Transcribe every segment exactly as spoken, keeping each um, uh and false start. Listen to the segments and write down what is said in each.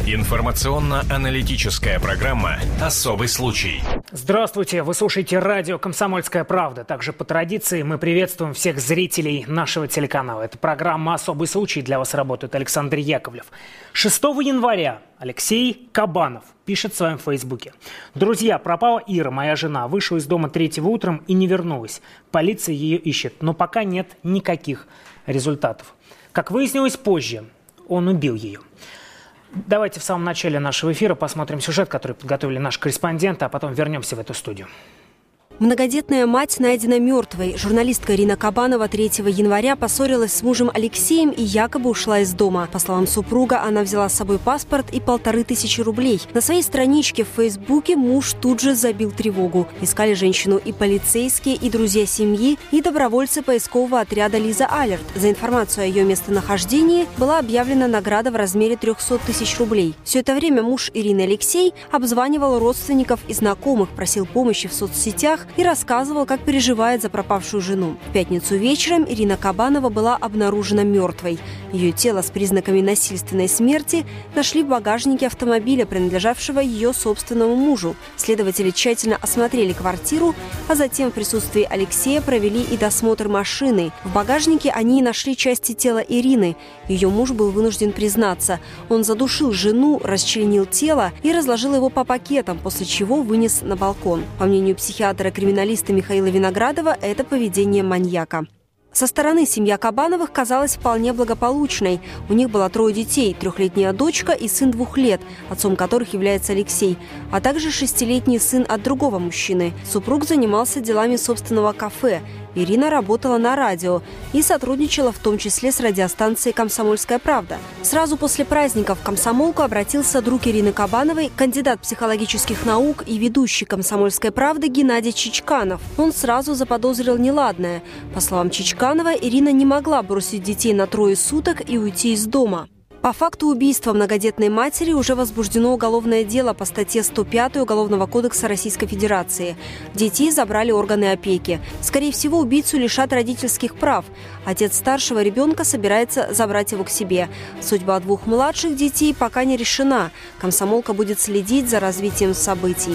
Информационно-аналитическая программа «Особый случай». Здравствуйте, вы слушаете радио «Комсомольская правда». Также по традиции мы приветствуем всех зрителей нашего телеканала. Это программа «Особый случай». Для вас работает Александр Яковлев. шестого января Алексей Кабанов пишет в своем фейсбуке: «Друзья, пропала Ира, моя жена. Вышла из дома третьего утром и не вернулась. Полиция ее ищет, но пока нет никаких результатов. Как выяснилось позже, он убил ее». Давайте в самом начале нашего эфира посмотрим сюжет, который подготовили наши корреспонденты, а потом вернемся в эту студию. Многодетная мать найдена мертвой. Журналистка Ирина Кабанова третьего января поссорилась с мужем Алексеем и якобы ушла из дома. По словам супруга, она взяла с собой паспорт и полторы тысячи рублей. На своей страничке в Фейсбуке муж тут же забил тревогу. Искали женщину и полицейские, и друзья семьи, и добровольцы поискового отряда «Лиза Алерт». За информацию о ее местонахождении была объявлена награда в размере трехсот тысяч рублей. Все это время муж Ирины, Алексей, обзванивал родственников и знакомых, просил помощи в соцсетях и рассказывал, как переживает за пропавшую жену. В пятницу вечером Ирина Кабанова была обнаружена мертвой. Ее тело с признаками насильственной смерти нашли в багажнике автомобиля, принадлежавшего ее собственному мужу. Следователи тщательно осмотрели квартиру, а затем в присутствии Алексея провели и досмотр машины. В багажнике они нашли части тела Ирины. Ее муж был вынужден признаться. Он задушил жену, расчленил тело и разложил его по пакетам, после чего вынес на балкон. По мнению психиатра-криминалиста Михаила Виноградова, это поведение маньяка. Со стороны семья Кабановых казалась вполне благополучной. У них было трое детей, трехлетняя дочка и сын двух лет, отцом которых является Алексей, а также шестилетний сын от другого мужчины. Супруг занимался делами собственного кафе. Ирина работала на радио и сотрудничала в том числе с радиостанцией «Комсомольская правда». Сразу после праздников в «Комсомолку» обратился друг Ирины Кабановой, кандидат психологических наук и ведущий «Комсомольской правды» Геннадий Чичканов. Он сразу заподозрил неладное. По словам Чичканова, Ирина не могла бросить детей на трое суток и уйти из дома. По факту убийства многодетной матери уже возбуждено уголовное дело по статье сто пять Уголовного кодекса Российской Федерации. Детей забрали органы опеки. Скорее всего, убийцу лишат родительских прав. Отец старшего ребенка собирается забрать его к себе. Судьба двух младших детей пока не решена. «Комсомолка» будет следить за развитием событий.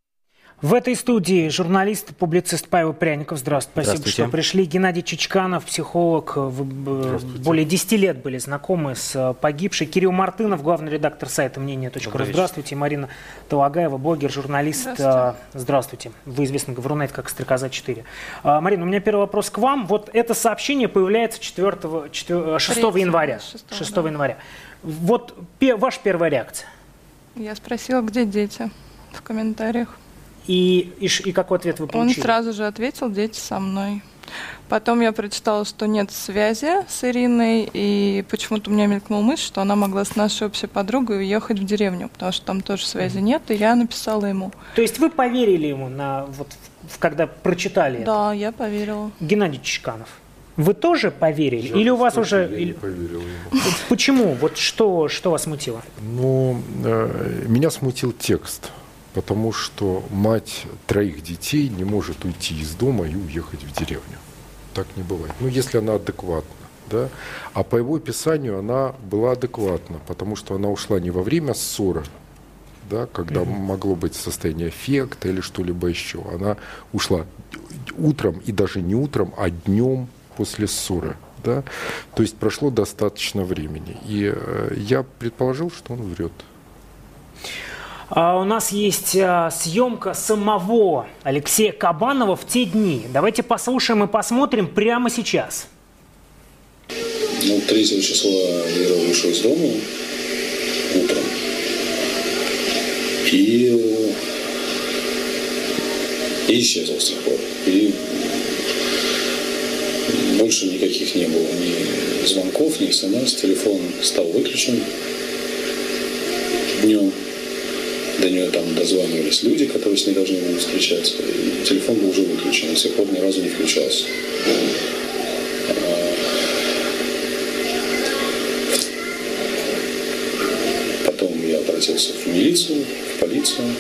В этой студии журналист, публицист Павел Пряников. Здравствуйте. Спасибо, что пришли. Геннадий Чичканов, психолог. Вы более десяти лет были знакомы с погибшей. Кирилл Мартынов, главный редактор сайта мнение точка ру. Здравствуйте. Марина Талагаева, блогер, журналист. Здравствуйте. Здравствуйте. Вы известны в Рунете как Стрекоза четыре. Марина, у меня первый вопрос к вам. Вот это сообщение появляется четвёртого, шестого января. шестого января. Вот ваша первая реакция? Я спросила, где дети, в комментариях. И, и, и какой ответ вы получили? Он сразу же ответил: дети со мной. Потом я прочитала, что нет связи с Ириной, и почему-то у меня мелькнула мысль, что она могла с нашей общей подругой уехать в деревню, потому что там тоже связи нет, и я написала ему. То есть вы поверили ему, на, вот, когда прочитали да, это? Да, я поверила. Геннадий Чичканов, вы тоже поверили? Я Или у вас уже... Я не поверил ему. Почему? Вот что, что вас смутило? Ну, э, меня смутил текст. Потому что мать троих детей не может уйти из дома и уехать в деревню. Так не бывает. Ну, если она адекватна. Да? А по его описанию она была адекватна, потому что она ушла не во время ссоры, да, когда mm-hmm. могло быть состояние аффекта или что-либо еще. Она ушла утром, и даже не утром, а днем после ссоры. Да? То есть прошло достаточно времени. И э, я предположил, что он врет. Uh, у нас есть uh, съемка самого Алексея Кабанова в те дни. Давайте послушаем и посмотрим прямо сейчас. Ну, третьего числа Ира вышел из дома утром. И, и исчезла с тех пор. И больше никаких не было ни звонков, ни смс. Телефон стал выключен днем. До нее там дозванивались люди, которые с ней должны были встречаться. И телефон был уже выключен. С тех пор ни разу не включался. Потом я обратился в милицию, в полицию.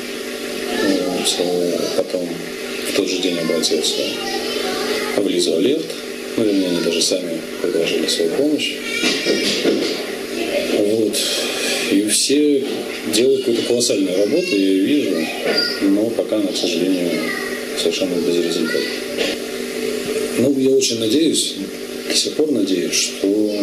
Потом в тот же день обратился в Лизу Алерт. Ну, вернее, они даже сами предложили свою помощь. Вот. И все делают какую-то колоссальную работу, я ее вижу, но пока она, к сожалению, совершенно безрезультатна. Ну, я очень надеюсь, до сих пор надеюсь, что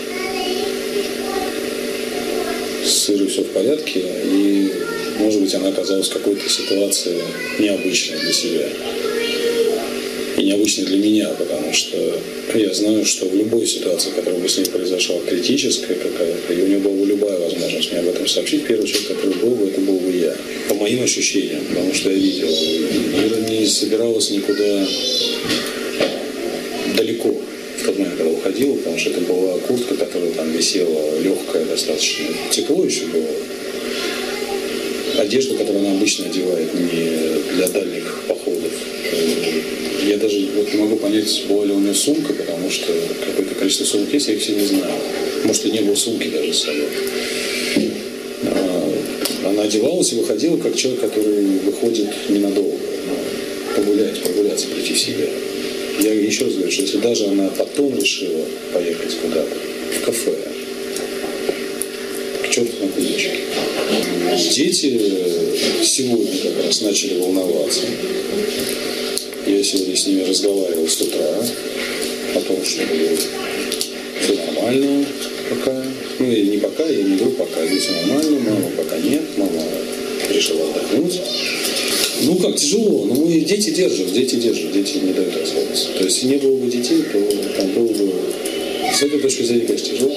с Ирой все в порядке, и, может быть, она оказалась в какой-то ситуации необычной для себя. И необычной для меня, потому что я знаю, что в любой ситуации, которая бы с ней произошла, критическая какая-то, и у нее была бы любая возможность мне об этом сообщить, первый человек, который был бы, это был бы я. По моим ощущениям, потому что я видел, Ира не собиралась никуда далеко в тот момент, когда уходила, потому что это была куртка, которая там висела, легкая достаточно, тепло еще было. Одежда, которую она обычно одевает не для дальних походов. Я даже вот не могу понять, была ли у нее сумка, потому что какое-то количество сумок есть, я их все не знаю. Может, и не было сумки даже с собой. Она одевалась и выходила как человек, который выходит ненадолго. Погулять, прогуляться, прийти в себя. Я еще раз говорю, что если даже она потом решила поехать куда-то, в кафе, к черту на куличке. Дети сегодня как раз начали волноваться. Я сегодня с ними разговаривал с утра о том, что все нормально пока. Ну, и не пока, я не говорю пока, здесь все нормально, мама пока нет, мама решила отдохнуть. Ну как, тяжело, но мы дети держим, дети держим, дети не дают расслабиться. То есть, если не было бы детей, то там было бы, с этой точки зрения, конечно, тяжело.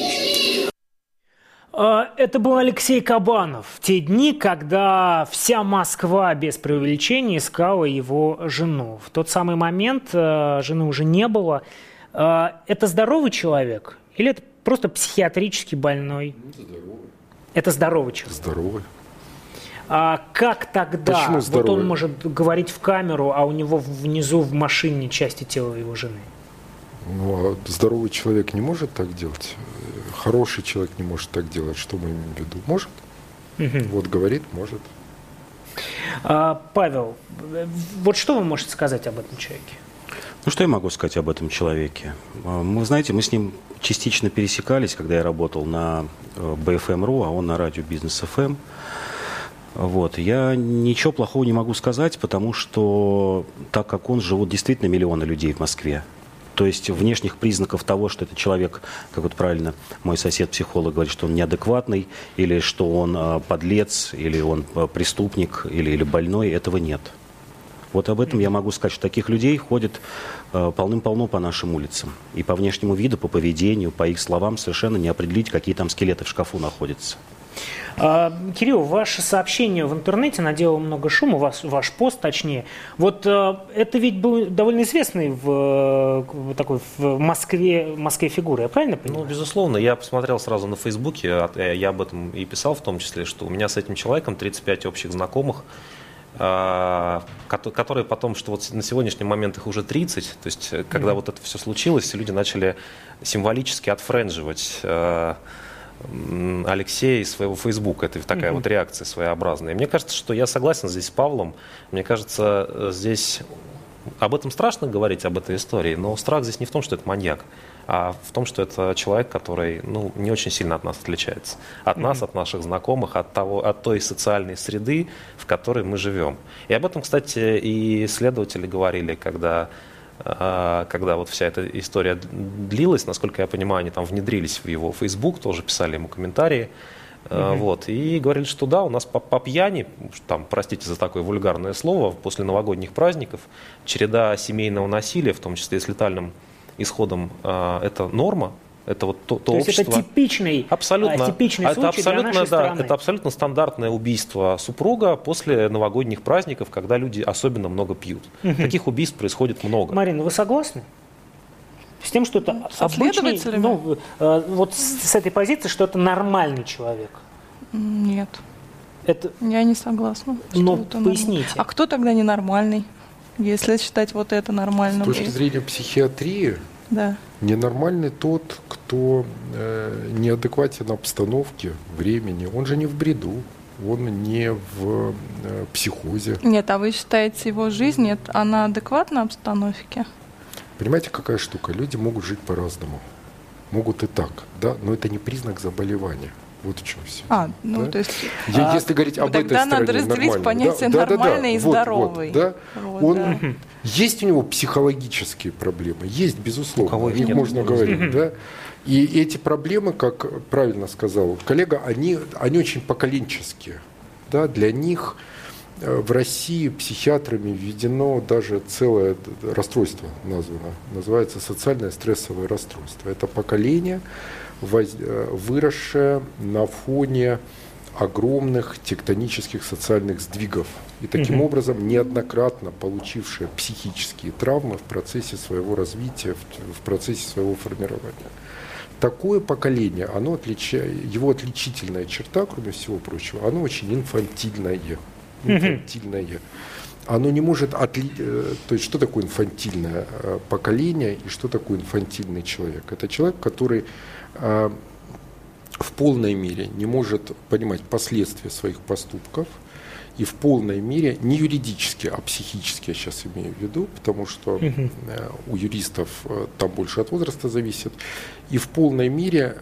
Это был Алексей Кабанов. В те дни, когда вся Москва без преувеличения искала его жену. В тот самый момент жены уже не было. Это здоровый человек или это просто психиатрически больной? Здоровый. Это здоровый человек. Здоровый. А как тогда вот он может говорить в камеру, а у него внизу в машине части тела его жены? Ну, а здоровый человек не может так делать. Хороший человек не может так делать. Что мы имеем в виду? Может. Угу. Вот говорит, может. А, Павел, вот что вы можете сказать об этом человеке? Ну, что я могу сказать об этом человеке? Вы знаете, мы с ним частично пересекались, когда я работал на би эф эм точка ру, а он на радио Бизнес эф эм. Вот. Я ничего плохого не могу сказать, потому что так как он, живут действительно миллионы людей в Москве. То есть внешних признаков того, что это человек, как вот правильно мой сосед-психолог говорит, что он неадекватный, или что он э, подлец, или он э, преступник, или, или больной, этого нет. Вот об этом я могу сказать, что таких людей ходит э, полным-полно по нашим улицам. И по внешнему виду, по поведению, по их словам совершенно не определить, какие там скелеты в шкафу находятся. Кирилл, ваше сообщение в интернете наделало много шума, ваш, ваш пост точнее. Вот это ведь был довольно известный в, такой, в Москве, в Москве фигура, я правильно понимаю? Ну, безусловно. Я посмотрел сразу на Фейсбуке, я об этом и писал в том числе, что у меня с этим человеком тридцать пять общих знакомых, которые потом, что вот на сегодняшний момент их уже тридцать, то есть когда mm-hmm. вот это все случилось, люди начали символически отфрендживать Алексея из своего Фейсбука. Это такая mm-hmm. вот реакция своеобразная. И мне кажется, что я согласен здесь с Павлом. Мне кажется, здесь об этом страшно говорить, об этой истории, но страх здесь не в том, что это маньяк, а в том, что это человек, который ну, не очень сильно от нас отличается. От mm-hmm. нас, от наших знакомых, от, того, от той социальной среды, в которой мы живем. И об этом, кстати, и исследователи говорили, когда... когда вот вся эта история длилась, насколько я понимаю, они там внедрились в его Facebook, тоже писали ему комментарии, mm-hmm. вот, и говорили, что да, у нас по, по пьяни, там, простите за такое вульгарное слово, после новогодних праздников череда семейного насилия, в том числе и с летальным исходом, это норма. Это вот то, то, то общество. Есть это типичный, абсолютно, типичный это случай абсолютно, для нашей да, страны. Это абсолютно стандартное убийство супруга после новогодних праздников, когда люди особенно много пьют. Угу. Таких убийств происходит много. Марина, вы согласны с тем, что это с обычный, ну, э, вот с, с этой позиции, что это нормальный человек? Нет. Это... Я не согласна. Но поясните. А кто тогда ненормальный, если считать вот это нормальным? С точки зрения психиатрии, да. Ненормальный тот, кто э, неадекватен обстановке, времени. Он же не в бреду, он не в э, психозе. Нет, а вы считаете, его жизнь, нет, она адекватна обстановке? Понимаете, какая штука? Люди могут жить по-разному. Могут и так, да, но это не признак заболевания. Вот в чем все. А, ну да? то есть... Я, а, если говорить об этой тогда стороне, надо разделить понятие да, нормальный да, да, да. и здоровый. Вот, вот, да? Вот, Он, да. Есть у него психологические проблемы? Есть, безусловно. У кого О них нет? можно говорить. Да? И эти проблемы, как правильно сказал коллега, они, они очень поколенческие. Да? Для них в России психиатрами введено даже целое расстройство, названо, называется социальное стрессовое расстройство. Это поколение, выросшее на фоне огромных тектонических социальных сдвигов и таким mm-hmm. образом неоднократно получившее психические травмы в процессе своего развития, в, в процессе своего формирования. Такое поколение, оно отлича... его отличительная черта, кроме всего прочего, оно очень инфантильное. Инфантильное. Mm-hmm. Оно не может отли... То есть что такое инфантильное поколение и что такое инфантильный человек? Это человек, который в полной мере не может понимать последствия своих поступков и в полной мере, не юридически, а психически я сейчас имею в виду, потому что uh-huh. у юристов там больше от возраста зависит, и в полной мере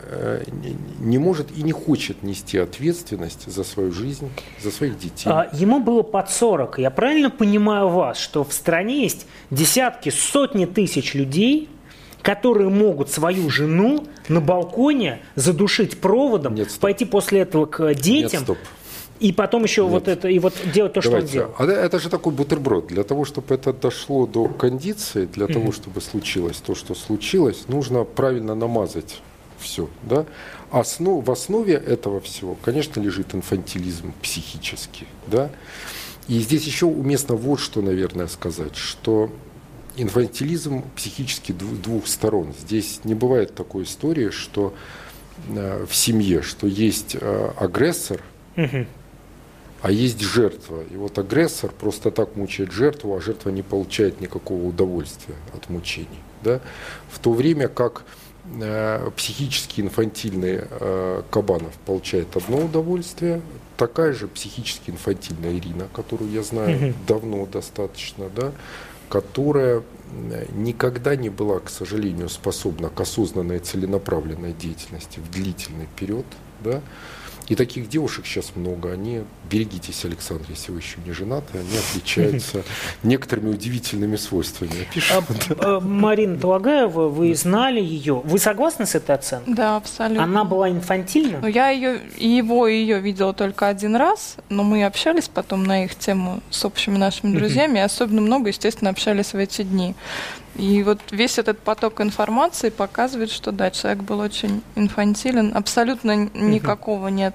не может и не хочет нести ответственность за свою жизнь, за своих детей. А, ему было под сорок. Я правильно понимаю вас, что в стране есть десятки, сотни тысяч людей, которые могут свою жену на балконе задушить проводом, Нет, пойти после этого к детям, Нет, стоп. и потом еще Нет. вот это и вот делать то, Давайте. что он делал. А это же такой бутерброд. Для того, чтобы это дошло до кондиции, для mm-hmm. того, чтобы случилось то, что случилось, нужно правильно намазать все. Да? Основ, в основе этого всего, конечно, лежит инфантилизм психический. Да? И здесь еще уместно вот что, наверное, сказать, что инфантилизм психически двух сторон. Здесь не бывает такой истории, что э, в семье, что есть э, агрессор, угу. а есть жертва. И вот агрессор просто так мучает жертву, а жертва не получает никакого удовольствия от мучений. Да? В то время как э, психически инфантильный э, Кабанов получает одно удовольствие, такая же психически инфантильная Ирина, которую я знаю угу. давно достаточно, да, которая никогда не была, к сожалению, способна к осознанной целенаправленной деятельности в длительный период. Да? И таких девушек сейчас много. Они, берегитесь, Александр, если вы еще не женаты, они отличаются некоторыми удивительными свойствами. А, а, Марина Талагаева, вы знали ее. Вы согласны с этой оценкой? Да, абсолютно. Она была инфантильна? Ну, я ее, его и ее видела только один раз, но мы общались потом на их тему с общими нашими друзьями, и особенно много, естественно, общались в эти дни. И вот весь этот поток информации показывает, что да, человек был очень инфантилен, абсолютно никакого нет,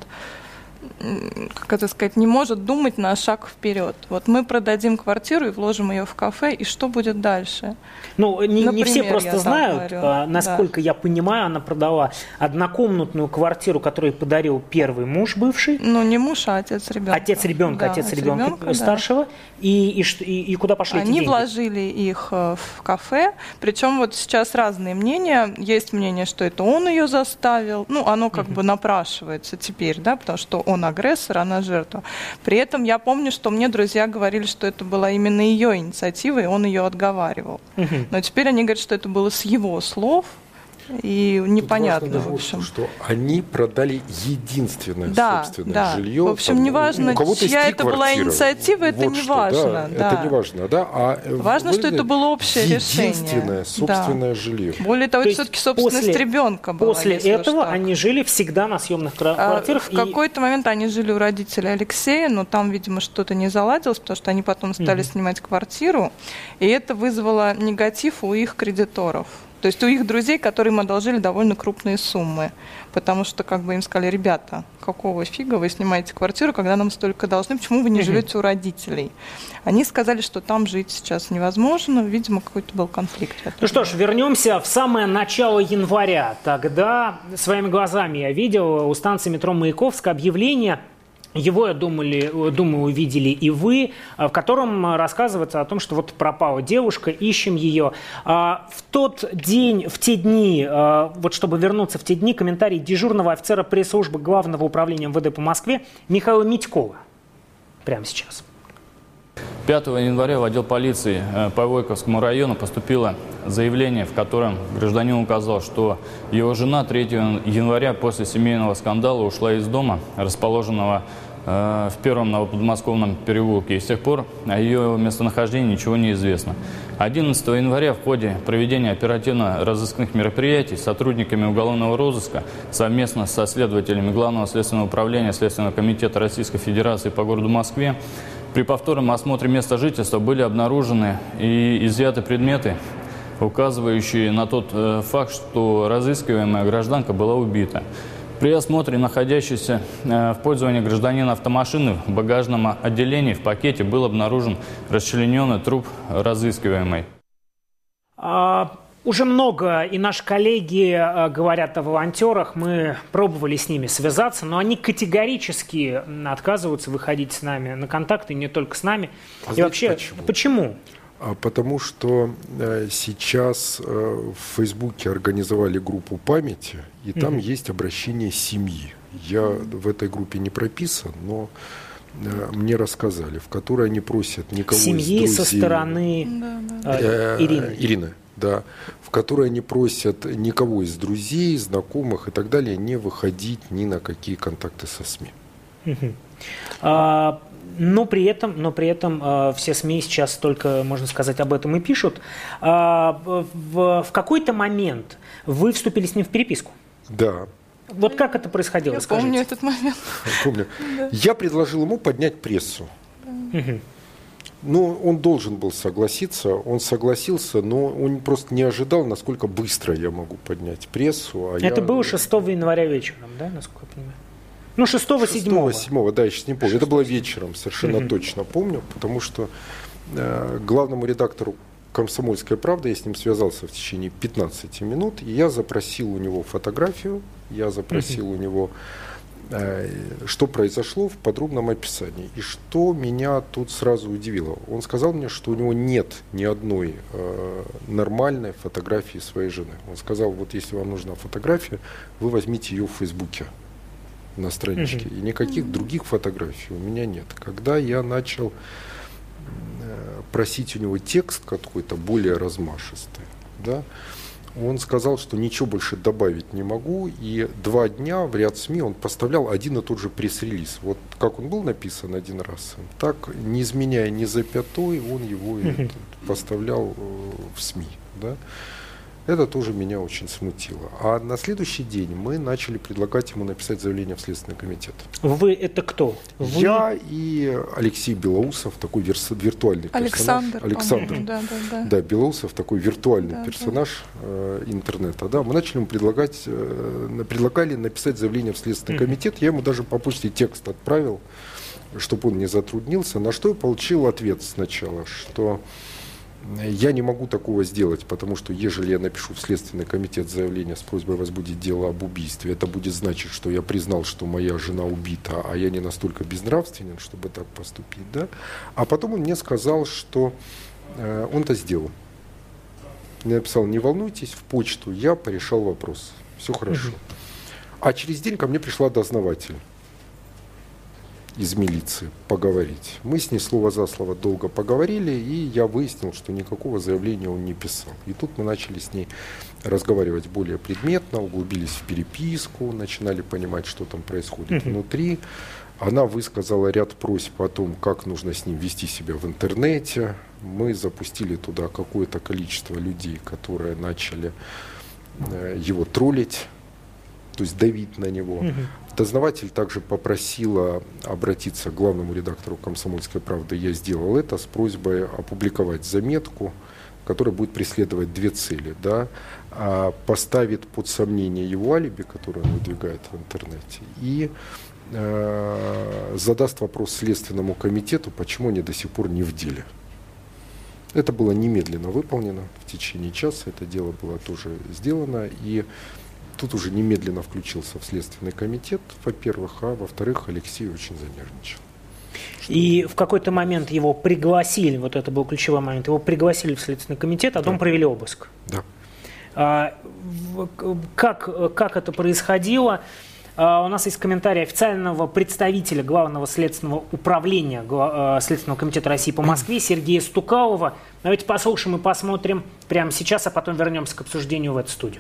как это сказать, не может думать на шаг вперед. Вот мы продадим квартиру и вложим ее в кафе, и что будет дальше? Ну, не, Например, не все просто знают, а, насколько да. я понимаю, она продала однокомнатную квартиру, которую подарил первый муж бывший. Ну, не муж, а отец ребенка. Отец ребенка, да, отец, отец ребенка, ребенка старшего. Да. И, и, и, и куда пошли Они эти деньги? вложили их в кафе. Причем вот сейчас разные мнения. Есть мнение, что это он ее заставил. Ну, оно как uh-huh. бы напрашивается теперь, да, потому что он агрессор, она жертва. При этом я помню, что мне друзья говорили, что это была именно ее инициатива, и он ее отговаривал. Uh-huh. Но теперь они говорят, что это было с его слов. И непонятно, даже в общем. Что они продали единственное да, собственное да. жилье. В общем, там, неважно, чья это была инициатива, это вот не что, важно. Да, да. Это не важно, да. А важно, что это было общее решение. Единственное собственное да. жилье. Более того, То это все-таки собственность после, ребенка была. После этого они жили всегда на съемных квартирах. А, в и... какой-то момент они жили у родителей Алексея, но там, видимо, что-то не заладилось, потому что они потом стали mm-hmm. снимать квартиру, и это вызвало негатив у их кредиторов. То есть у их друзей, которые им одолжили довольно крупные суммы. Потому что как бы им сказали: ребята, какого фига вы снимаете квартиру, когда нам столько должны, почему вы не живете у родителей? Они сказали, что там жить сейчас невозможно, видимо, какой-то был конфликт. Ну что ж, вернемся в самое начало января. Тогда своими глазами я видел у станции метро Маяковская объявление. Его, я думали, думаю, увидели и вы, в котором рассказывается о том, что вот пропала девушка, ищем ее. В тот день, в те дни, вот чтобы вернуться в те дни, комментарий дежурного офицера пресс-службы Главного управления эм вэ дэ по Москве Михаила Митькова. Прямо сейчас. пятого января в отдел полиции по Войковскому району поступило заявление, в котором гражданин указал, что его жена третьего января после семейного скандала ушла из дома, расположенного в первом новоподмосковном переулке, и с тех пор о ее местонахождении ничего не известно. одиннадцатого января в ходе проведения оперативно-розыскных мероприятий сотрудниками уголовного розыска совместно со следователями Главного следственного управления Следственного комитета Российской Федерации по городу Москве при повторном осмотре места жительства были обнаружены и изъяты предметы, указывающие на тот э, факт, что разыскиваемая гражданка была убита. При осмотре находящейся э, в пользовании гражданина автомашины в багажном отделении в пакете был обнаружен расчлененный труп разыскиваемой. А, уже много и наши коллеги а, говорят о волонтерах. Мы пробовали с ними связаться, но они категорически отказываются выходить с нами на контакты, не только с нами. А и знаете, вообще, почему? почему? А потому что э, сейчас э, в Фейсбуке организовали группу памяти, и там mm-hmm. есть обращение семьи. Я в этой группе не прописан, но э, мне рассказали, в которой они просят никого семьи из друзей... со стороны да, да. Э, Ирины. Ирины, да. В которой они просят никого из друзей, знакомых и так далее не выходить ни на какие контакты со СМИ. Mm-hmm. А... Но при этом, но при этом э, все СМИ сейчас только, можно сказать, об этом и пишут. Э, в, в какой-то момент вы вступили с ним в переписку? Да. Вот как это происходило? Я Скажите. помню этот момент. Помню. Да. Я предложил ему поднять прессу. Да. Ну, он должен был согласиться, он согласился, но он просто не ожидал, насколько быстро я могу поднять прессу. А это я... было шестого января вечером, да, насколько я понимаю? Ну, шестого-седьмого. шестого-седьмого, да, я сейчас не помню. Это было вечером, совершенно mm-hmm. точно помню, потому что э, главному редактору «Комсомольской правды» я с ним связался в течение пятнадцати минут, и я запросил у него фотографию, я запросил mm-hmm. у него, э, что произошло в подробном описании. И что меня тут сразу удивило. Он сказал мне, что у него нет ни одной э, нормальной фотографии своей жены. Он сказал, вот если вам нужна фотография, вы возьмите ее в Фейсбуке на страничке. Mm-hmm. И никаких mm-hmm. других фотографий у меня нет. Когда я начал э, просить у него текст какой-то более размашистый, да, он сказал, что ничего больше добавить не могу. И два дня в ряд СМИ он поставлял один и тот же пресс-релиз. Вот как он был написан один раз, так, не изменяя ни запятой, он его mm-hmm. это, поставлял э, в СМИ. Да. Это тоже меня очень смутило. А на следующий день мы начали предлагать ему написать заявление в Следственный комитет. Вы это кто? Вы... Я и Алексей Белоусов, такой верс... виртуальный Александр, персонаж. Александр. Да, да, да. Да, Белоусов, такой виртуальный да, персонаж да. Э, интернета. Да, мы начали ему предлагать, э, предлагали написать заявление в Следственный mm-hmm. комитет. Я ему даже по почте текст отправил, чтобы он не затруднился. На что я получил ответ сначала, что я не могу такого сделать, потому что ежели я напишу в Следственный комитет заявление с просьбой возбудить дело об убийстве, это будет значить, что я признал, что моя жена убита, а я не настолько безнравственен, чтобы так поступить. Да? А потом он мне сказал, что э, он это сделал. Я написал, не волнуйтесь, в почту я порешал вопрос. Все хорошо. А через день ко мне пришла дознаватель из милиции поговорить. Мы с ней слово за слово долго поговорили, и я выяснил, что никакого заявления он не писал. И тут мы начали с ней разговаривать более предметно, углубились в переписку, начинали понимать, что там происходит mm-hmm. внутри. Она высказала ряд просьб о том, как нужно с ним вести себя в интернете. Мы запустили туда какое-то количество людей, которые начали э, его троллить, то есть давить на него. Mm-hmm. Дознаватель также попросила обратиться к главному редактору «Комсомольской правды». Я сделал это с просьбой опубликовать заметку, которая будет преследовать две цели. Да? Поставит под сомнение его алиби, которое он выдвигает в интернете, и э, задаст вопрос Следственному комитету, почему они до сих пор не в деле. Это было немедленно выполнено в течение часа. Это дело было тоже сделано. И тут уже немедленно включился в Следственный комитет, во-первых, а во-вторых, Алексей очень занервничал. И в какой-то момент его пригласили, вот это был ключевой момент, его пригласили в Следственный комитет, а потом да. провели обыск. Да. А, как, как это происходило? Uh, у нас есть комментарий официального представителя Главного следственного управления uh, Следственного комитета России по Москве Сергея Стукалова. Давайте послушаем и посмотрим прямо сейчас, а потом вернемся к обсуждению в эту студию.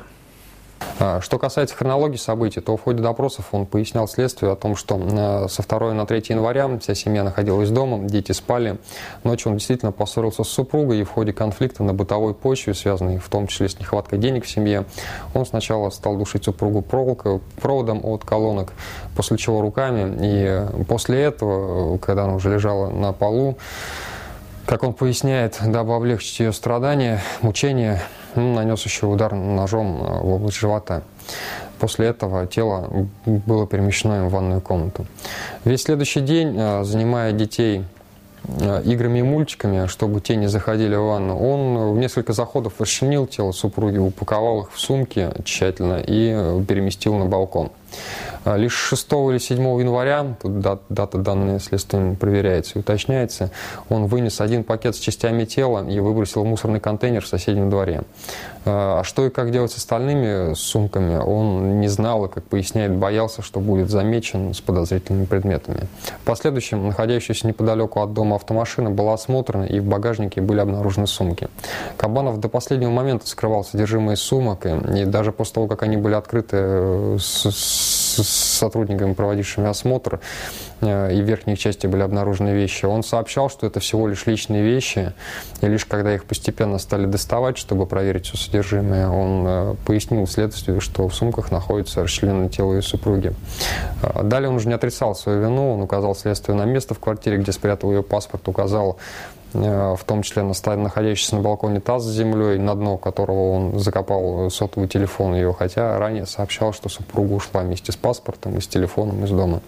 Что касается хронологии событий, то в ходе допросов он пояснял следствию о том, что со второго на третье января вся семья находилась дома, дети спали. Ночью он действительно поссорился с супругой, и в ходе конфликта на бытовой почве, связанной в том числе с нехваткой денег в семье, он сначала стал душить супругу проволокой, проводом от колонок, после чего руками. И после этого, когда она уже лежала на полу, как он поясняет, дабы облегчить ее страдания, мучения, он нанес еще удар ножом в область живота. После этого тело было перемещено им в ванную комнату. Весь следующий день, занимая детей играми и мультиками, чтобы те не заходили в ванну, он в несколько заходов расчленил тело супруги, упаковал их в сумки тщательно и переместил на балкон. Лишь шестого или седьмого января, тут дата данная следствием проверяется и уточняется, он вынес один пакет с частями тела и выбросил в мусорный контейнер в соседнем дворе. А что и как делать с остальными сумками, он не знал и, как поясняет, боялся, что будет замечен с подозрительными предметами. В последующем, находящаяся неподалеку от дома автомашина была осмотрена, и в багажнике были обнаружены сумки. Кабанов до последнего момента скрывал содержимое сумок, и даже после того, как они были открыты с, с сотрудниками, проводившими осмотр, и в верхней части были обнаружены вещи, он сообщал, что это всего лишь личные вещи, и лишь когда их постепенно стали доставать, чтобы проверить все содержимое, он пояснил следствию, что в сумках находится расчлененное тело ее супруги. Далее он уже не отрицал свою вину, он указал следствию на место в квартире, где спрятал ее паспорт, указал в том числе на находящийся на балконе таз с землей, на дно которого он закопал сотовый телефон ее, хотя ранее сообщал, что супруга ушла вместе с паспортом и с телефоном из дома.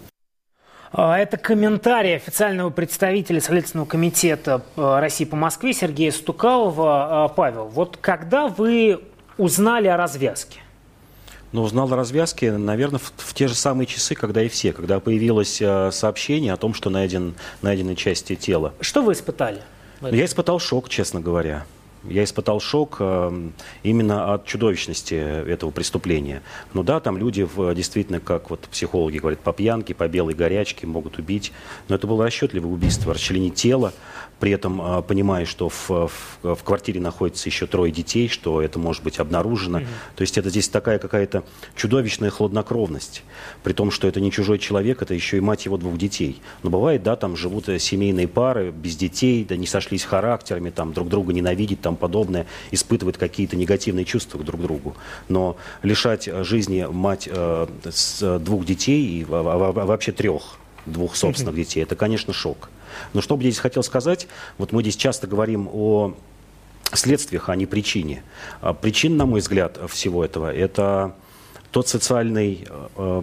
Это комментарий официального представителя Следственного комитета России по Москве Сергея Стукалова. Павел, вот когда вы узнали о развязке? Ну, узнал о развязке, наверное, в, в те же самые часы, когда и все, когда появилось э, сообщение о том, что найден, найдены части тела. Что вы испытали? Я испытал шок, честно говоря. Я испытал шок э, именно от чудовищности этого преступления. Ну да, там люди в, действительно, как вот психологи говорят, по пьянке, по белой горячке могут убить. Но это было расчетливое убийство, расчленить тело, при этом э, понимая, что в, в, в квартире находится еще трое детей, что это может быть обнаружено. Mm-hmm. То есть это здесь такая какая-то чудовищная хладнокровность. При том, что это не чужой человек, это еще и мать его двух детей. Но бывает, да, там живут семейные пары без детей, да не сошлись характерами, там друг друга ненавидят, там подобное, испытывают какие-то негативные чувства друг к другу. Но лишать жизни мать э, с двух детей, и, а, а, а вообще трех, двух собственных детей, это, конечно, шок. Но что бы я здесь хотел сказать, вот мы здесь часто говорим о следствиях, а не причине. Причина, на мой взгляд, всего этого, это тот социальный э,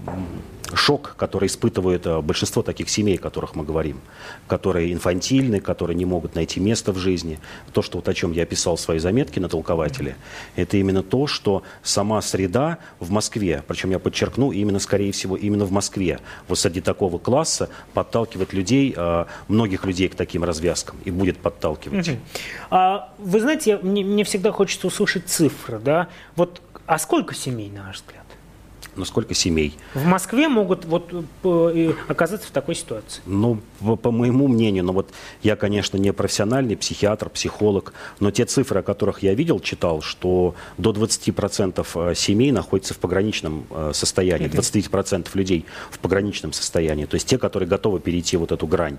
шок, который испытывает большинство таких семей, о которых мы говорим, которые инфантильны, которые не могут найти место в жизни. То, что вот о чем я описал в своей заметке на толкователе, это именно то, что сама среда в Москве, причем я подчеркну, именно, скорее всего, именно в Москве, вот среди такого класса подталкивает людей, многих людей к таким развязкам и будет подталкивать. А, вы знаете, мне, мне всегда хочется услышать цифры, да? Вот, а сколько семей, на ваш взгляд? Но сколько семей? В Москве могут вот, оказаться в такой ситуации? Ну, по, по моему мнению, ну вот я, конечно, не профессиональный психиатр, психолог, но те цифры, о которых я видел, читал, что до двадцати процентов семей находятся в пограничном состоянии, двадцать процентов людей в пограничном состоянии, то есть те, которые готовы перейти вот эту грань.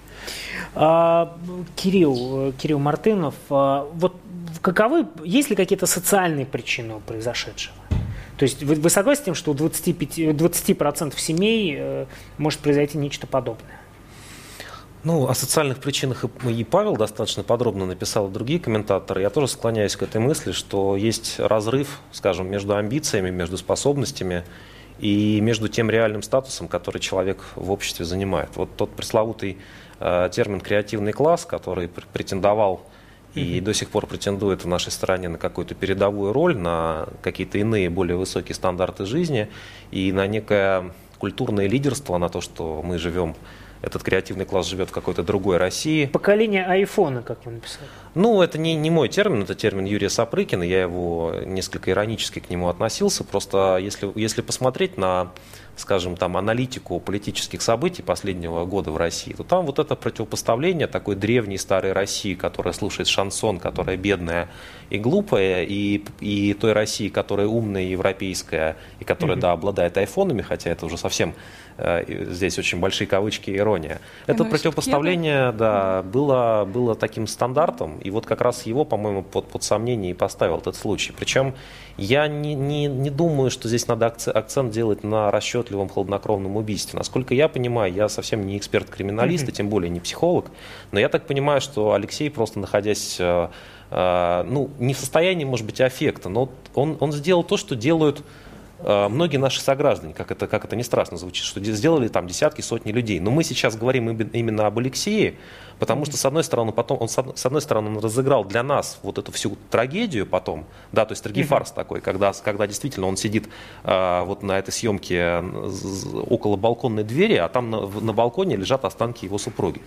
А, Кирилл, Кирилл Мартынов, а, вот каковы, есть ли какие-то социальные причины у произошедшего? То есть вы, вы согласны с тем, что у двадцати пяти, двадцати процентов семей э, может произойти нечто подобное? Ну, о социальных причинах и Павел достаточно подробно написал, и другие комментаторы. Я тоже склоняюсь к этой мысли, что есть разрыв, скажем, между амбициями, между способностями и между тем реальным статусом, который человек в обществе занимает. Вот тот пресловутый э, термин «креативный класс», который претендовал и mm-hmm. до сих пор претендует в нашей стране на какую-то передовую роль, на какие-то иные, более высокие стандарты жизни и на некое культурное лидерство, на то, что мы живем, этот креативный класс живет в какой-то другой России. Поколение айфона, как вы написали. Ну, это не, не мой термин, это термин Юрия Сапрыкина, я его несколько иронически к нему относился. Просто если, если посмотреть на, скажем, там, аналитику политических событий последнего года в России, то там вот это противопоставление такой древней старой России, которая слушает шансон, которая бедная и глупая, и, и той России, которая умная, европейская, и которая, mm-hmm. да, обладает айфонами, хотя это уже совсем, э, здесь очень большие кавычки и ирония. Это противопоставление, да, было, было таким стандартом, и вот как раз его, по-моему, под, под сомнение и поставил этот случай. Причем я не, не, не думаю, что здесь надо акцент делать на расчетливом, хладнокровном убийстве. Насколько я понимаю, я совсем не эксперт-криминалист, и тем более не психолог, но я так понимаю, что Алексей, просто находясь, э, э, ну, не в состоянии, может быть, аффекта, но он, он сделал то, что делают э, многие наши сограждане, как это, как это не страшно звучит, что сделали там десятки, сотни людей. Но мы сейчас говорим именно об Алексее, потому что, с одной стороны, потом он, с одной стороны, он разыграл для нас вот эту всю трагедию потом, да, то есть трагефарс mm-hmm. такой, когда, когда действительно он сидит э, вот на этой съемке около балконной двери, а там на, на балконе лежат останки его супруги.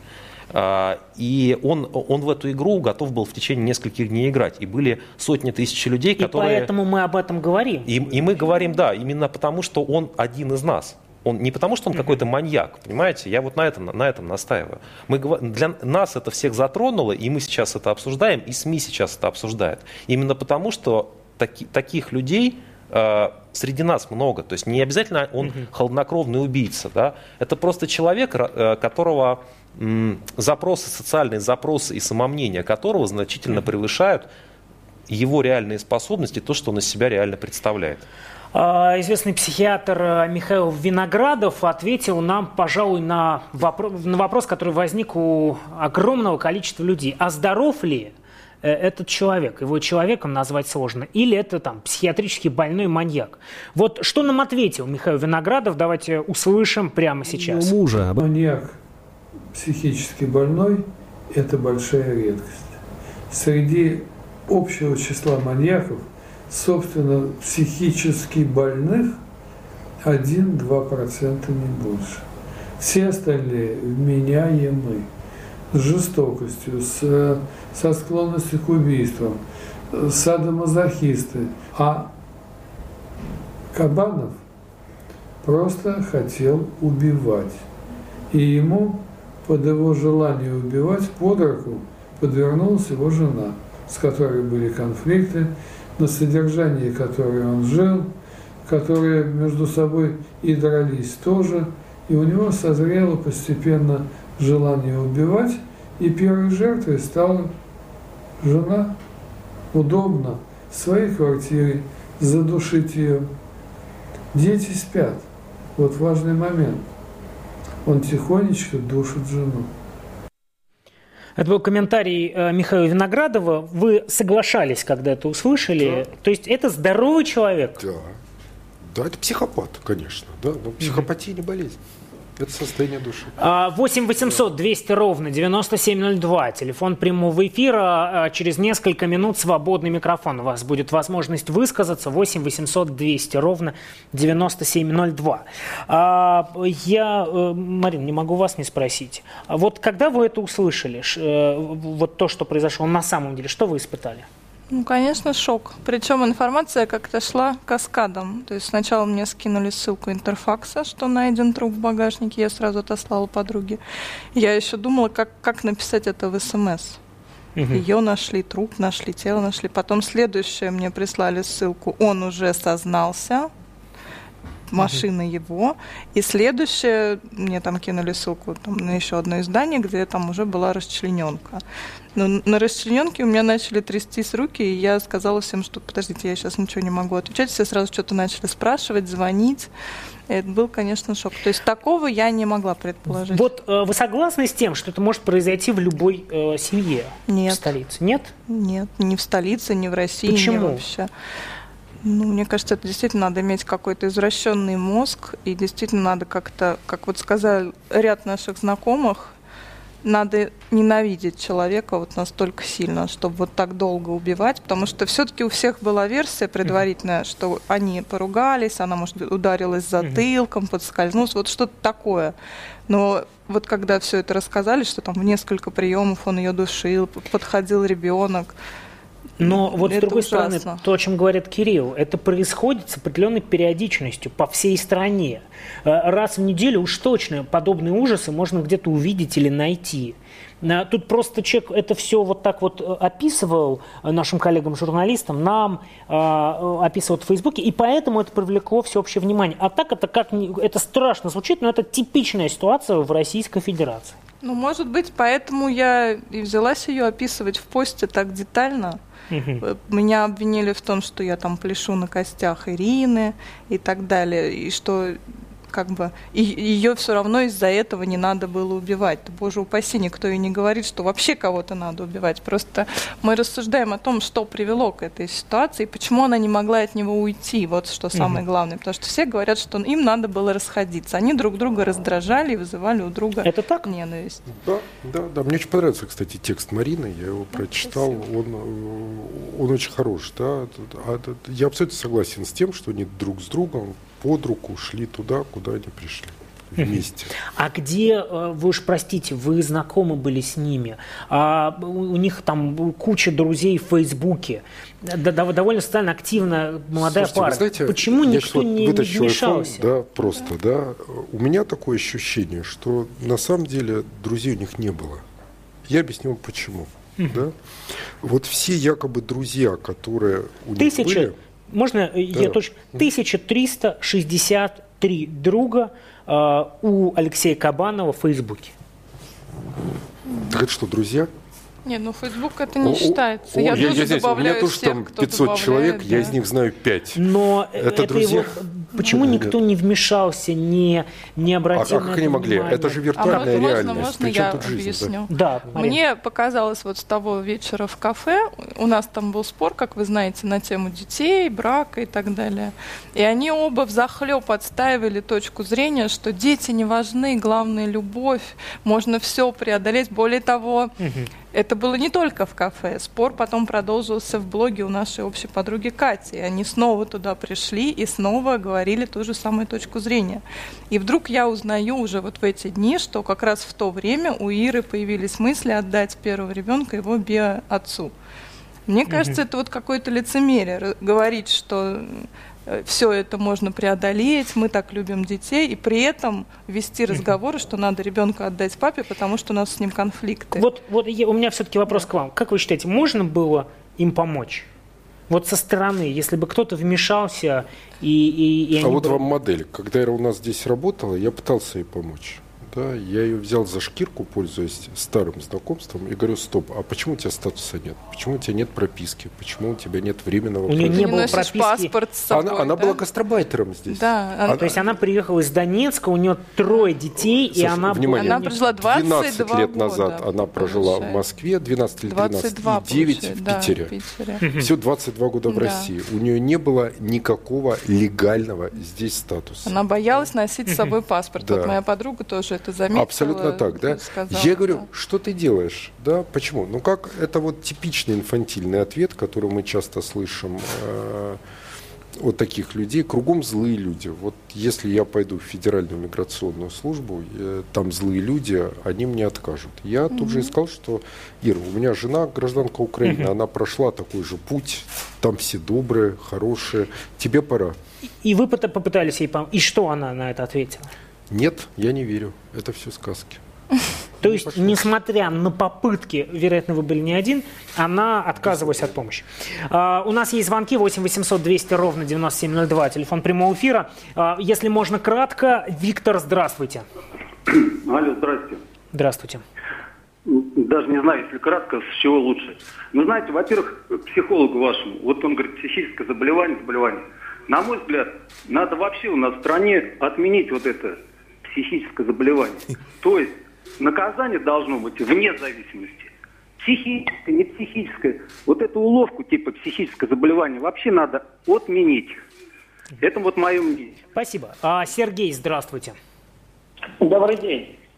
Э, и он, он в эту игру готов был в течение нескольких дней играть. И были сотни тысяч людей, которые... И поэтому мы об этом говорим. И, и мы говорим, да, именно потому, что он один из нас. Он, не потому, что он какой-то маньяк, понимаете? Я вот на этом, на этом настаиваю. Мы, для нас это всех затронуло, и мы сейчас это обсуждаем, и СМИ сейчас это обсуждают. Именно потому, что таки, таких людей э, среди нас много. То есть не обязательно он uh-huh. хладнокровный убийца. Да? Это просто человек, э, которого м, запросы, социальные запросы и самомнение которого значительно uh-huh. превышают его реальные способности, то, что он из себя реально представляет. Известный психиатр Михаил Виноградов ответил нам, пожалуй, на вопрос, на вопрос, который возник у огромного количества людей. А здоров ли этот человек? Его человеком назвать сложно. Или это там психиатрически больной маньяк? Вот что нам ответил Михаил Виноградов, давайте услышим прямо сейчас. У мужа. Маньяк психически больной – это большая редкость. Среди общего числа маньяков, собственно, психически больных один-два процента, не больше. Все остальные вменяемы с жестокостью, с, со склонностью к убийствам, садомазохисты. А Кабанов просто хотел убивать. И ему, под его желание убивать, под руку подвернулась его жена, с которой были конфликты, на содержании которой он жил, которые между собой и дрались тоже, и у него созрело постепенно желание убивать, и первой жертвой стала жена. Удобно в своей квартире задушить ее. Дети спят. Вот важный момент. Он тихонечко душит жену. Это был комментарий э, Михаила Виноградова. Вы соглашались, когда это услышали? Да. То есть это здоровый человек? Да. Да, это психопат, конечно. Да, но психопатия не болезнь. Это состояние души. восемь восемьсот двести ровно девяносто семь ноль два. Телефон прямого эфира. Через несколько минут свободный микрофон. У вас будет возможность высказаться. восемь восемьсот двести ровно девяносто семь ноль два. Я, Марина, не могу вас не спросить. Вот когда вы это услышали, вот то, что произошло на самом деле, что вы испытали? Ну, конечно, шок. Причем информация как-то шла каскадом. То есть сначала мне скинули ссылку Интерфакса, что найден труп в багажнике, я сразу отослала подруге. Я еще думала, как, как написать это в СМС. Угу. Ее нашли, труп нашли, тело нашли. Потом следующее мне прислали ссылку, он уже сознался, машина угу. его. И следующее, мне там кинули ссылку там, на еще одно издание, где там уже была расчлененка. Но на расчлененке у меня начали трястись руки, и я сказала всем, что подождите, я сейчас ничего не могу отвечать. Все сразу что-то начали спрашивать, звонить. И это был, конечно, шок. То есть такого я не могла предположить. Вот э, вы согласны с тем, что это может произойти в любой э, семье Нет. в столице? Нет? Нет, ни в столице, ни в России, Почему? ни вообще. Ну, мне кажется, это действительно надо иметь какой-то извращенный мозг, и действительно надо как-то, как вот сказал ряд наших знакомых, надо ненавидеть человека вот настолько сильно, чтобы вот так долго убивать, потому что все-таки у всех была версия предварительная, mm-hmm. что они поругались, она, может быть, ударилась затылком, mm-hmm. подскользнулась, вот что-то такое. Но вот когда все это рассказали, что там в несколько приемов он ее душил, подходил ребенок. Но вот это с другой ужасно. стороны, то, о чем говорит Кирилл, это происходит с определенной периодичностью по всей стране. Раз в неделю уж точно подобные ужасы можно где-то увидеть или найти. Тут просто человек это все вот так вот описывал нашим коллегам-журналистам, нам описывал в Фейсбуке, и поэтому это привлекло всеобщее внимание. А так это как это страшно звучит, но это типичная ситуация в Российской Федерации. Ну, может быть, поэтому я и взялась ее описывать в посте так детально. Угу. Меня обвинили в том, что я там пляшу на костях Ирины и так далее, и что как бы и, ее все равно из-за этого не надо было убивать. Боже упаси, никто и не говорит, что вообще кого-то надо убивать. Просто мы рассуждаем о том, что привело к этой ситуации, почему она не могла от него уйти. Вот что самое угу. главное. Потому что все говорят, что им надо было расходиться. Они друг друга раздражали и вызывали у друга это так? ненависть. Да, да, да. Мне очень понравился, кстати, текст Марины. Я его прочитал. Он, он очень хорош. Да? Я абсолютно согласен с тем, что они друг с другом под руку шли туда, куда они пришли. Вместе. А где, вы уж простите, вы знакомы были с ними? А у них там куча друзей в Фейсбуке. Довольно социально активная молодая Слушайте, пара. Вы знаете, почему никто вот не вмешался? iPhone, да, просто, да. У меня такое ощущение, что на самом деле друзей у них не было. Я объясню, почему. Uh-huh. Да? Вот все якобы друзья, которые у Тысяча, них были... Можно да. я точно? тысяча триста шестьдесят три друга э, у Алексея Кабанова в Фейсбуке. Так это что, друзья? Нет, ну Фейсбук это не о, О, считается. Я, я, тоже я здесь, добавляю у меня тоже всех, там кто пятьсот добавляет, человек, да. я из них знаю пять. Но это, это друзья? Его... Почему нет, никто нет. не вмешался, не, не обратил а, на а как это они могли? внимание? Это же виртуальная а можно, реальность. Можно, можно Причем я тут жизнь, объясню? Да, Мне показалось вот с того вечера в кафе, у нас там был спор, как вы знаете, на тему детей, брака и так далее. И они оба взахлеб отстаивали точку зрения, что дети не важны, главное любовь, можно все преодолеть. Более того, угу. это было не только в кафе. Спор потом продолжился в блоге у нашей общей подруги Кати. Они снова туда пришли и снова говорили ту же самую точку зрения. И вдруг я узнаю уже вот в эти дни, что как раз в то время у Иры появились мысли отдать первого ребенка его биоотцу. Мне кажется, mm-hmm. это вот какое-то лицемерие. Говорить, что все это можно преодолеть, мы так любим детей, и при этом вести разговоры, что надо ребенка отдать папе, потому что у нас с ним конфликты. Вот, вот у меня все-таки вопрос да. к вам. Как вы считаете, можно было им помочь? Вот со стороны, если бы кто-то вмешался и, и, и А они вот бы... вам модель. Когда Ира у нас здесь работала, я пытался ей помочь. Да, я ее взял за шкирку, пользуясь старым знакомством, и говорю: стоп, а почему у тебя статуса нет? Почему у тебя нет прописки? Почему у тебя нет временного... У нее не было прописки. прописки. С собой, она она да? была гастробайтером здесь. Да. Она... То есть она приехала из Донецка, у нее трое детей, Слушай, и она... внимание, она прожила двадцать два двенадцать лет года, назад она прожила получается. в Москве, двенадцать или тринадцать, и девять в да, Питере. В Питере. Все двадцать два года в Да. России. У нее не было никакого легального здесь статуса. Она боялась носить с собой паспорт. Да. Вот моя подруга тоже это заметила. Абсолютно так, да? Сказала, Я говорю, да. что ты делаешь? Да, почему? Ну как, это вот типичный инфантильный ответ, который мы часто слышим э, от таких людей. Кругом злые люди. Вот если я пойду в Федеральную миграционную службу, э, там злые люди, они мне откажут. Я mm-hmm. тут же и сказал, что, Ира, у меня жена гражданка Украины, mm-hmm. она прошла такой же путь, там все добрые, хорошие, тебе пора. И вы попытались ей помочь. И что она на это ответила? Нет, я не верю. Это все сказки. То есть, Пошли. несмотря на попытки, вероятно, вы были не один, она отказывалась от помощи. А, у нас есть звонки восемь восемьсот двести ровно девяносто семь ноль два, телефон прямого эфира. А, если можно кратко, Виктор, здравствуйте. Алло, здравствуйте. Здравствуйте. Даже не знаю, если кратко, с чего лучше. Вы знаете, во-первых, психологу вашему, вот он говорит, психическое заболевание, заболевание. На мой взгляд, надо вообще у нас в стране отменить вот это психическое заболевание. То есть наказание должно быть вне зависимости. Психическое, не психическое. Вот эту уловку типа психическое заболевание вообще надо отменить. Это вот мое мнение. Спасибо. А, Сергей, здравствуйте. Добрый день.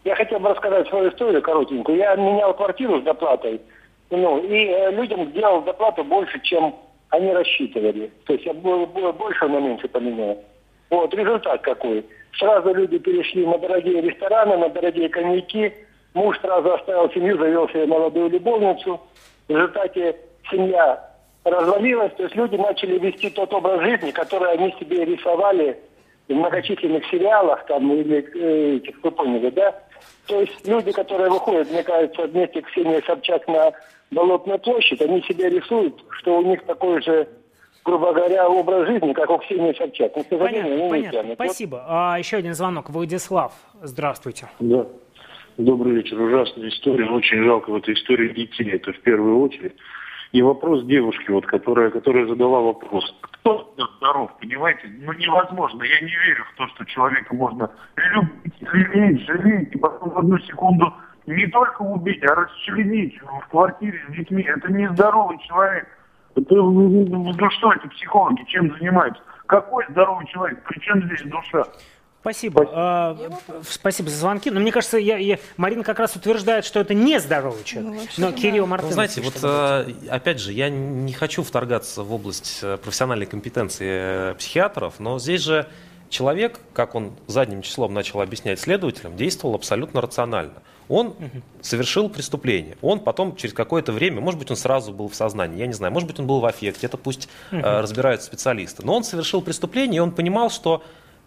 Я хотел бы рассказать свою историю коротенькую. Я менял квартиру с доплатой, ну, и э, людям сделал доплату больше, чем они рассчитывали. То есть я было, было больше, но меньше поменял. Вот, результат какой. Сразу люди перешли на дорогие рестораны, на дорогие коньяки. Муж сразу оставил семью, завел себе молодую любовницу. В результате семья развалилась. То есть люди начали вести тот образ жизни, который они себе рисовали в многочисленных сериалах там, или э, этих, вы поняли, да? То есть люди, которые выходят, мне кажется, вместе с Ксенией Собчак на Болотную площадь, они себе рисуют, что у них такой же, грубо говоря, образ жизни, как у Ксении Собчак. Ну, понятно, понятно. Спасибо. А, еще один звонок. Владислав, здравствуйте. Да. Добрый вечер. Ужасная история. Очень жалко в этой истории детей. Это в первую очередь. И вопрос девушки, вот, которая, которая задала вопрос. Кто здоров, понимаете? Ну, невозможно. Я не верю в то, что человека можно любить, жалеть, жалеть, и потом в одну секунду не только убить, а расчленить в квартире с детьми. Это нездоровый человек. Это, ну что это психологи, чем занимаются? Какой здоровый человек? Причем здесь душа? Спасибо. А, спасибо за звонки. Но мне кажется, я, я, Марина как раз утверждает, что это нездоровый человек. Ну, Но Кирилл да. Мартынов... Ну, знаете, вот опять же, я не хочу вторгаться в область профессиональной компетенции психиатров, но здесь же человек, как он задним числом начал объяснять следователям, действовал абсолютно рационально. Он угу. совершил преступление. Он потом через какое-то время, может быть, он сразу был в сознании, я не знаю, может быть, он был в аффекте, это пусть угу. э, разбираются специалисты. Но он совершил преступление, и он понимал, что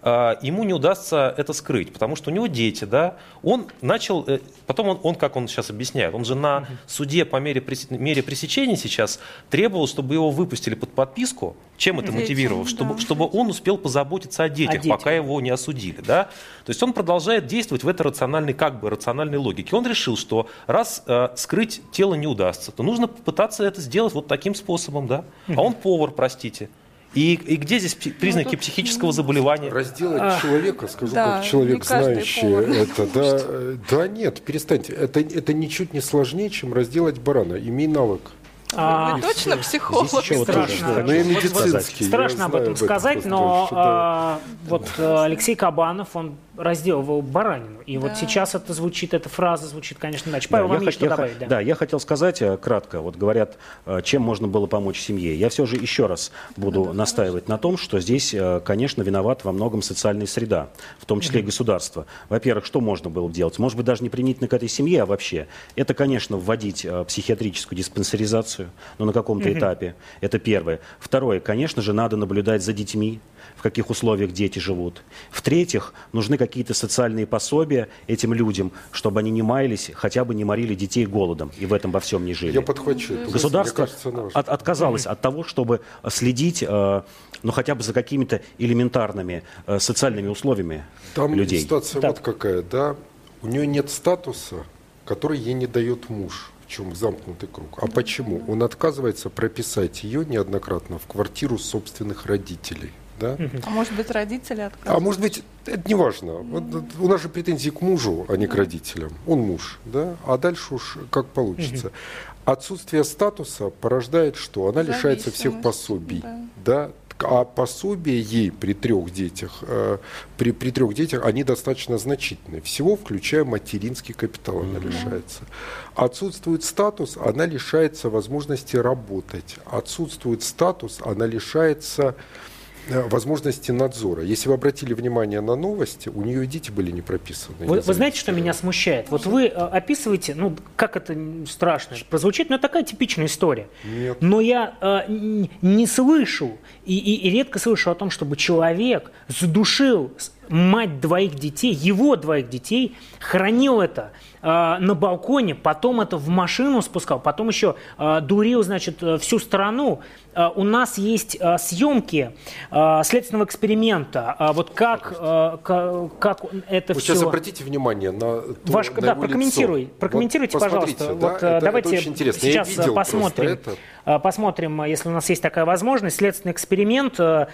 ему не удастся это скрыть, потому что у него дети, да, он начал, потом он, он как он сейчас объясняет, он же на суде по мере, мере пресечения сейчас требовал, чтобы его выпустили под подписку, чем это Детям, мотивировало, чтобы, да. чтобы он успел позаботиться о детях, о детях, пока его не осудили, да, то есть он продолжает действовать в этой рациональной, как бы рациональной логике. Он решил, что раз э, скрыть тело не удастся, то нужно попытаться это сделать вот таким способом, да, а он повар, простите. И, и где здесь признаки ну, тут... психического заболевания? Разделать а, человека, скажу, да, как человек, знающий это. Да, да нет, перестаньте. Это, это ничуть не сложнее, чем разделать барана. Имей навык. А, Вы точно психолог? Страшно, но я медицинский, страшно я об этом сказать, но что, а, да. вот Алексей Кабанов, он разделывал баранину. И да. вот сейчас это звучит, эта фраза звучит, конечно, иначе. Павел, да, вам есть что добавить? Да. да, я хотел сказать кратко. Вот говорят, чем можно было помочь семье. Я все же еще раз буду да, настаивать хорошо. на том, что здесь, конечно, виноват во многом социальная среда, в том числе и государство. Во-первых, что можно было делать? Может быть, даже не применительно к этой семье, а вообще. Это, конечно, вводить психиатрическую диспансеризацию, но на каком-то mm-hmm. этапе. Это первое. Второе, конечно же, надо наблюдать за детьми, в каких условиях дети живут. В-третьих, нужны какие-то социальные пособия этим людям, чтобы они не маялись, хотя бы не морили детей голодом и в этом во всем не жили. Я подхвачу. Государство кажется, от, отказалось mm-hmm. от того, чтобы следить, э, ну, хотя бы за какими-то элементарными э, социальными условиями Там людей. Там ситуация вот какая, да? У нее нет статуса, который ей не дает муж. В чем замкнутый круг. А почему? Он отказывается прописать ее неоднократно в квартиру собственных родителей. Да? А может быть, родители отказываются? А может быть, это не важно. Вот, у нас же претензии к мужу, а не к родителям. Он муж, да? А дальше уж как получится. Отсутствие статуса порождает что? Она лишается всех пособий. Да. Да? А пособия ей при трех детях, э, при, при трех детях, они достаточно значительны. Всего, включая материнский капитал, она лишается. Отсутствует статус, она лишается возможности работать. Отсутствует статус, она лишается возможности надзора. Если вы обратили внимание на новости, у нее и дети были не прописаны. Вы, не вы знаете, что меня смущает? Вот вы описываете, ну, как это страшно прозвучит, но это такая типичная история. Нет. Но я э, не слышу и, и, и редко слышу о том, чтобы человек задушил мать двоих детей, его двоих детей, хранил это э, на балконе, потом это в машину спускал, потом еще э, дурил, значит, всю страну. Э, у нас есть э, съемки э, следственного эксперимента. Э, вот как, э, как, как это Вы все... Сейчас обратите внимание на, то, Ваш, на да, прокомментируй, лицо. прокомментируйте, вот, пожалуйста. Да, вот, это, давайте это очень интересно. Сейчас посмотрим, это. посмотрим, если у нас есть такая возможность, следственный эксперимент,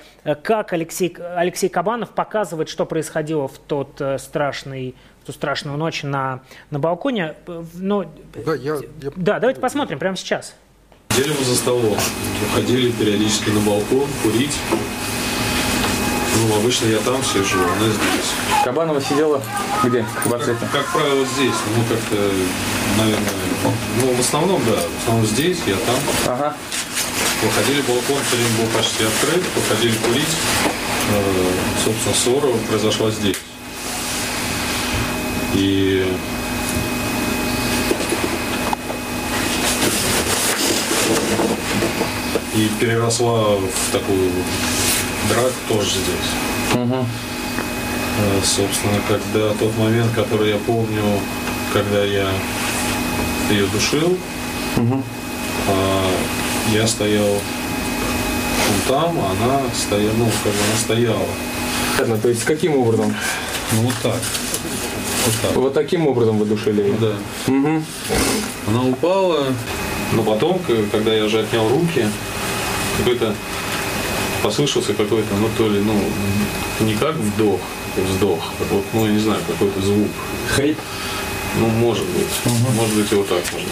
как Алексей, Алексей Кабанов показывает, что происходило в тот страшный, в ту страшную ночь на, на балконе. Но, да, я, я... да, давайте посмотрим прямо сейчас. Сидели мы за столом, уходили периодически на балкон курить. Ну, обычно я там сижу, она здесь. Кабанова сидела где? В отсеке? Как, как правило, здесь. Ну, как-то, наверное, ну, в основном, да, в основном здесь, я там. Ага. Выходили, балкон все время был почти открыт, выходили курить. Э, собственно, ссора произошла здесь. И и переросла в такую драку тоже здесь. Угу. Собственно, когда тот момент, который я помню, когда я ее душил, угу. я стоял вон там, а она стояла, ну, как бы она стояла. Понятно, то есть каким образом? Ну, вот так. Вот, так. Вот таким образом вы душили ее? Да. Угу. Она упала, но потом, когда я уже отнял руки, какой-то послышался какой-то, ну, то ли, ну, не как вдох, вздох, как вот, ну, я не знаю, какой-то звук. Хрип? Ну, может быть. Угу. Может быть, и вот так можно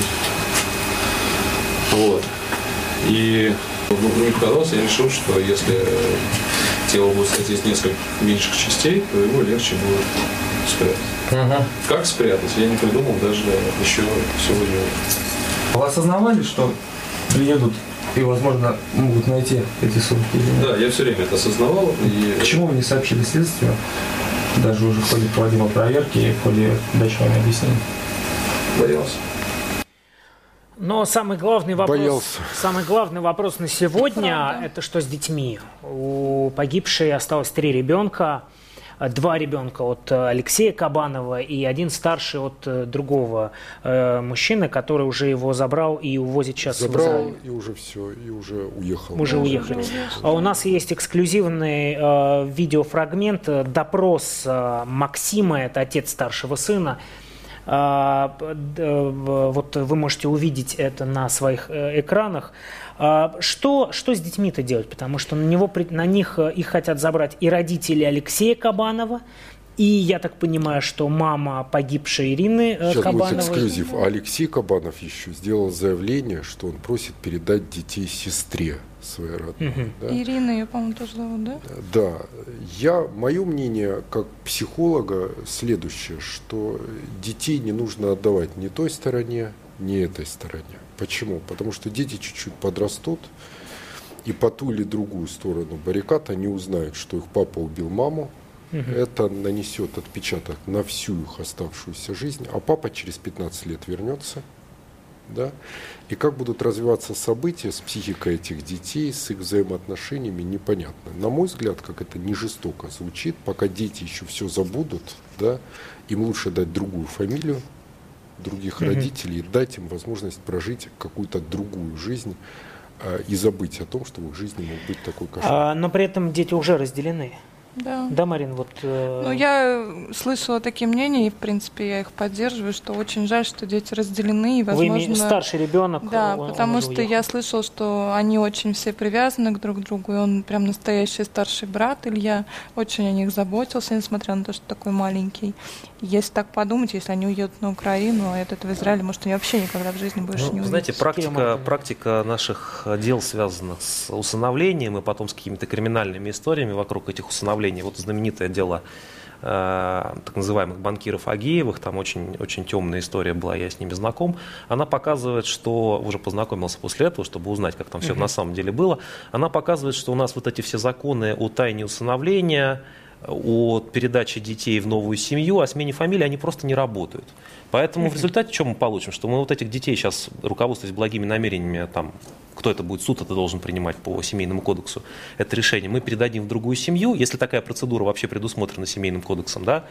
определить. Вот. И мне показалось, я решил, что если тело будет стоять из нескольких меньших частей, то его легче будет спрятать. Угу. Как спрятать, я не придумал даже еще сегодня. Вы осознавали, что приедут и, возможно, могут найти эти сумки? Да, я все время это осознавал. И... Почему вы не сообщили следствию, даже уже в ходе проводимой проверки и в ходе дачи вам объяснений? Боялся. Но самый главный вопрос, Боялся. самый главный вопрос на сегодня – это что с детьми? У погибшей осталось три ребенка. Два ребенка от Алексея Кабанова и один старший от другого э, мужчины, который уже его забрал и увозит сейчас забрал, в Израиль. И уже все, и уже уехал. Уже да, уехали. уже А у нас есть эксклюзивный э, видеофрагмент, э, допрос э, Максима, это отец старшего сына. Э, э, вот вы можете увидеть это на своих э, экранах. Что, что с детьми-то делать? Потому что на, него, на них их хотят забрать и родители Алексея Кабанова, и, я так понимаю, что мама погибшей Ирины Сейчас Кабановой. Сейчас будет эксклюзив. А Алексей Кабанов еще сделал заявление, что он просит передать детей сестре своей родной. Угу. Да? Ирина, ее, по-моему, тоже зовут, да? Да. Я, мое мнение как психолога следующее, что детей не нужно отдавать ни той стороне, ни этой стороне. Почему? Потому что дети чуть-чуть подрастут, и по ту или другую сторону баррикад они узнают, что их папа убил маму. Угу. Это нанесет отпечаток на всю их оставшуюся жизнь, а папа через пятнадцать лет вернется. Да? И как будут развиваться события с психикой этих детей, с их взаимоотношениями, непонятно. На мой взгляд, как это не жестоко звучит, пока дети еще все забудут, да, им лучше дать другую фамилию, других mm-hmm. родителей, дать им возможность прожить какую-то другую жизнь а, и забыть о том, что в их жизни мог быть такой кошмар. А, но при этом дети уже разделены. Да. Да, Марин, вот... Э... Ну, я слышала такие мнения, и, в принципе, я их поддерживаю, что очень жаль, что дети разделены, и, возможно... Вы имеете старший ребенок? Да, он, потому он что уехал. я слышала, что они очень все привязаны друг к другу, и он прям настоящий старший брат, Илья, очень о них заботился, несмотря на то, что такой маленький. Если так подумать, если они уедут на Украину, а этот в Израиле, может, они вообще никогда в жизни больше ну, не увидят. Знаете, практика, практика наших дел, связанных с усыновлением и потом с какими-то криминальными историями вокруг этих усыновлений, вот знаменитое дело э, так называемых банкиров Агеевых, там очень, очень темная история была, я с ними знаком, она показывает, что, уже познакомился после этого, чтобы узнать, как там все uh-huh. на самом деле было, она показывает, что у нас вот эти все законы о тайне усыновления, о передаче детей в новую семью, о смене фамилии, они просто не работают. Поэтому в результате что мы получим? Что мы вот этих детей сейчас, руководствуясь благими намерениями, там, кто это будет, суд это должен принимать по семейному кодексу, это решение, мы передадим в другую семью, если такая процедура вообще предусмотрена семейным кодексом, да,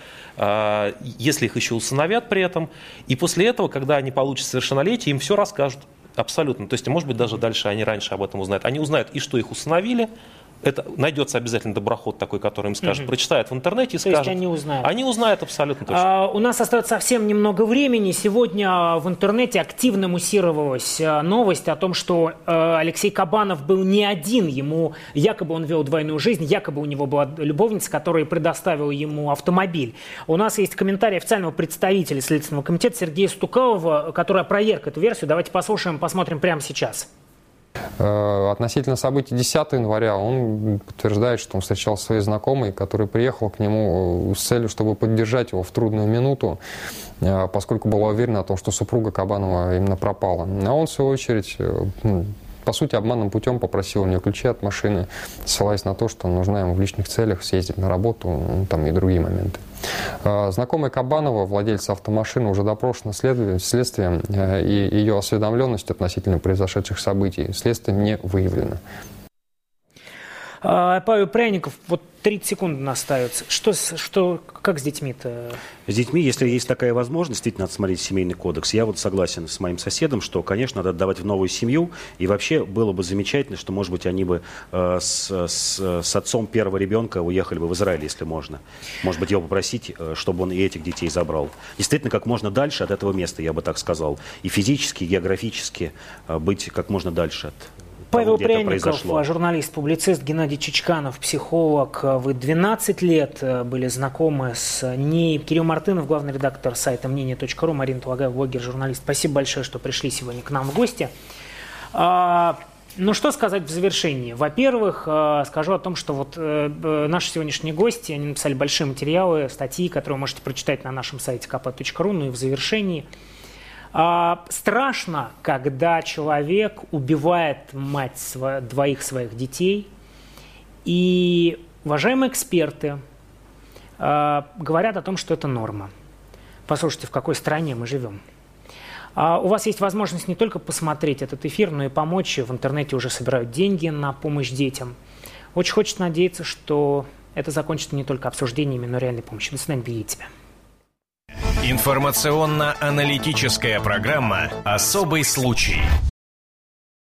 а, если их еще усыновят при этом, и после этого, когда они получат совершеннолетие, им все расскажут абсолютно. То есть, может быть, даже дальше они раньше об этом узнают. Они узнают и что их усыновили, это найдется обязательно доброход такой, который им скажет, угу. прочитает в интернете и То скажет. есть они узнают. Они узнают абсолютно точно. А, у нас остается совсем немного времени. Сегодня в интернете активно муссировалась новость о том, что э, Алексей Кабанов был не один. Ему якобы он вел двойную жизнь, якобы у него была любовница, которая предоставила ему автомобиль. У нас есть комментарий официального представителя Следственного комитета Сергея Стукалова, который опроверг эту версию. Давайте послушаем, посмотрим прямо сейчас. Относительно событий десятого января он подтверждает, что он встречался со своей знакомой, которая приехала к нему с целью, чтобы поддержать его в трудную минуту, поскольку была уверена о том, что супруга Кабанова именно пропала. А он, в свою очередь, по сути, обманным путем попросил у нее ключи от машины, ссылаясь на то, что нужна ему в личных целях съездить на работу, ну, там и другие моменты. Знакомая Кабанова, владельца автомашины, уже допрошена следствием, и ее осведомленность относительно произошедших событий следствием не выявлена. Павел Пряников, вот тридцать секунд у нас остается. Что, что, как с детьми-то? С детьми, если есть такая возможность, действительно надо смотреть семейный кодекс. Я вот согласен с моим соседом, что, конечно, надо отдавать в новую семью. И вообще было бы замечательно, что, может быть, они бы э, с, с, с отцом первого ребенка уехали бы в Израиль, если можно. Может быть, его попросить, чтобы он и этих детей забрал. Действительно, как можно дальше от этого места, я бы так сказал. И физически, и географически э, быть как можно дальше от... Павел Пряников, журналист-публицист, Геннадий Чичканов, психолог. Вы двенадцать лет были знакомы с ней. Кирилл Мартынов, главный редактор сайта мнение точка ру, Марина Тулагаева, блогер, журналист. Спасибо большое, что пришли сегодня к нам в гости. Ну, что сказать в завершении? Во-первых, скажу о том, что вот наши сегодняшние гости, они написали большие материалы, статьи, которые вы можете прочитать на нашем сайте ка пэ точка ру. Ну и в завершении. А, страшно, когда человек убивает мать сво- двоих своих детей. И уважаемые эксперты а, говорят о том, что это норма. Послушайте, в какой стране мы живем. А, у вас есть возможность не только посмотреть этот эфир, но и помочь. В интернете уже собирают деньги на помощь детям. Очень хочется надеяться, что это закончится не только обсуждениями, но и реальной помощью. До свидания, берегите себя. Информационно-аналитическая программа «Особый случай».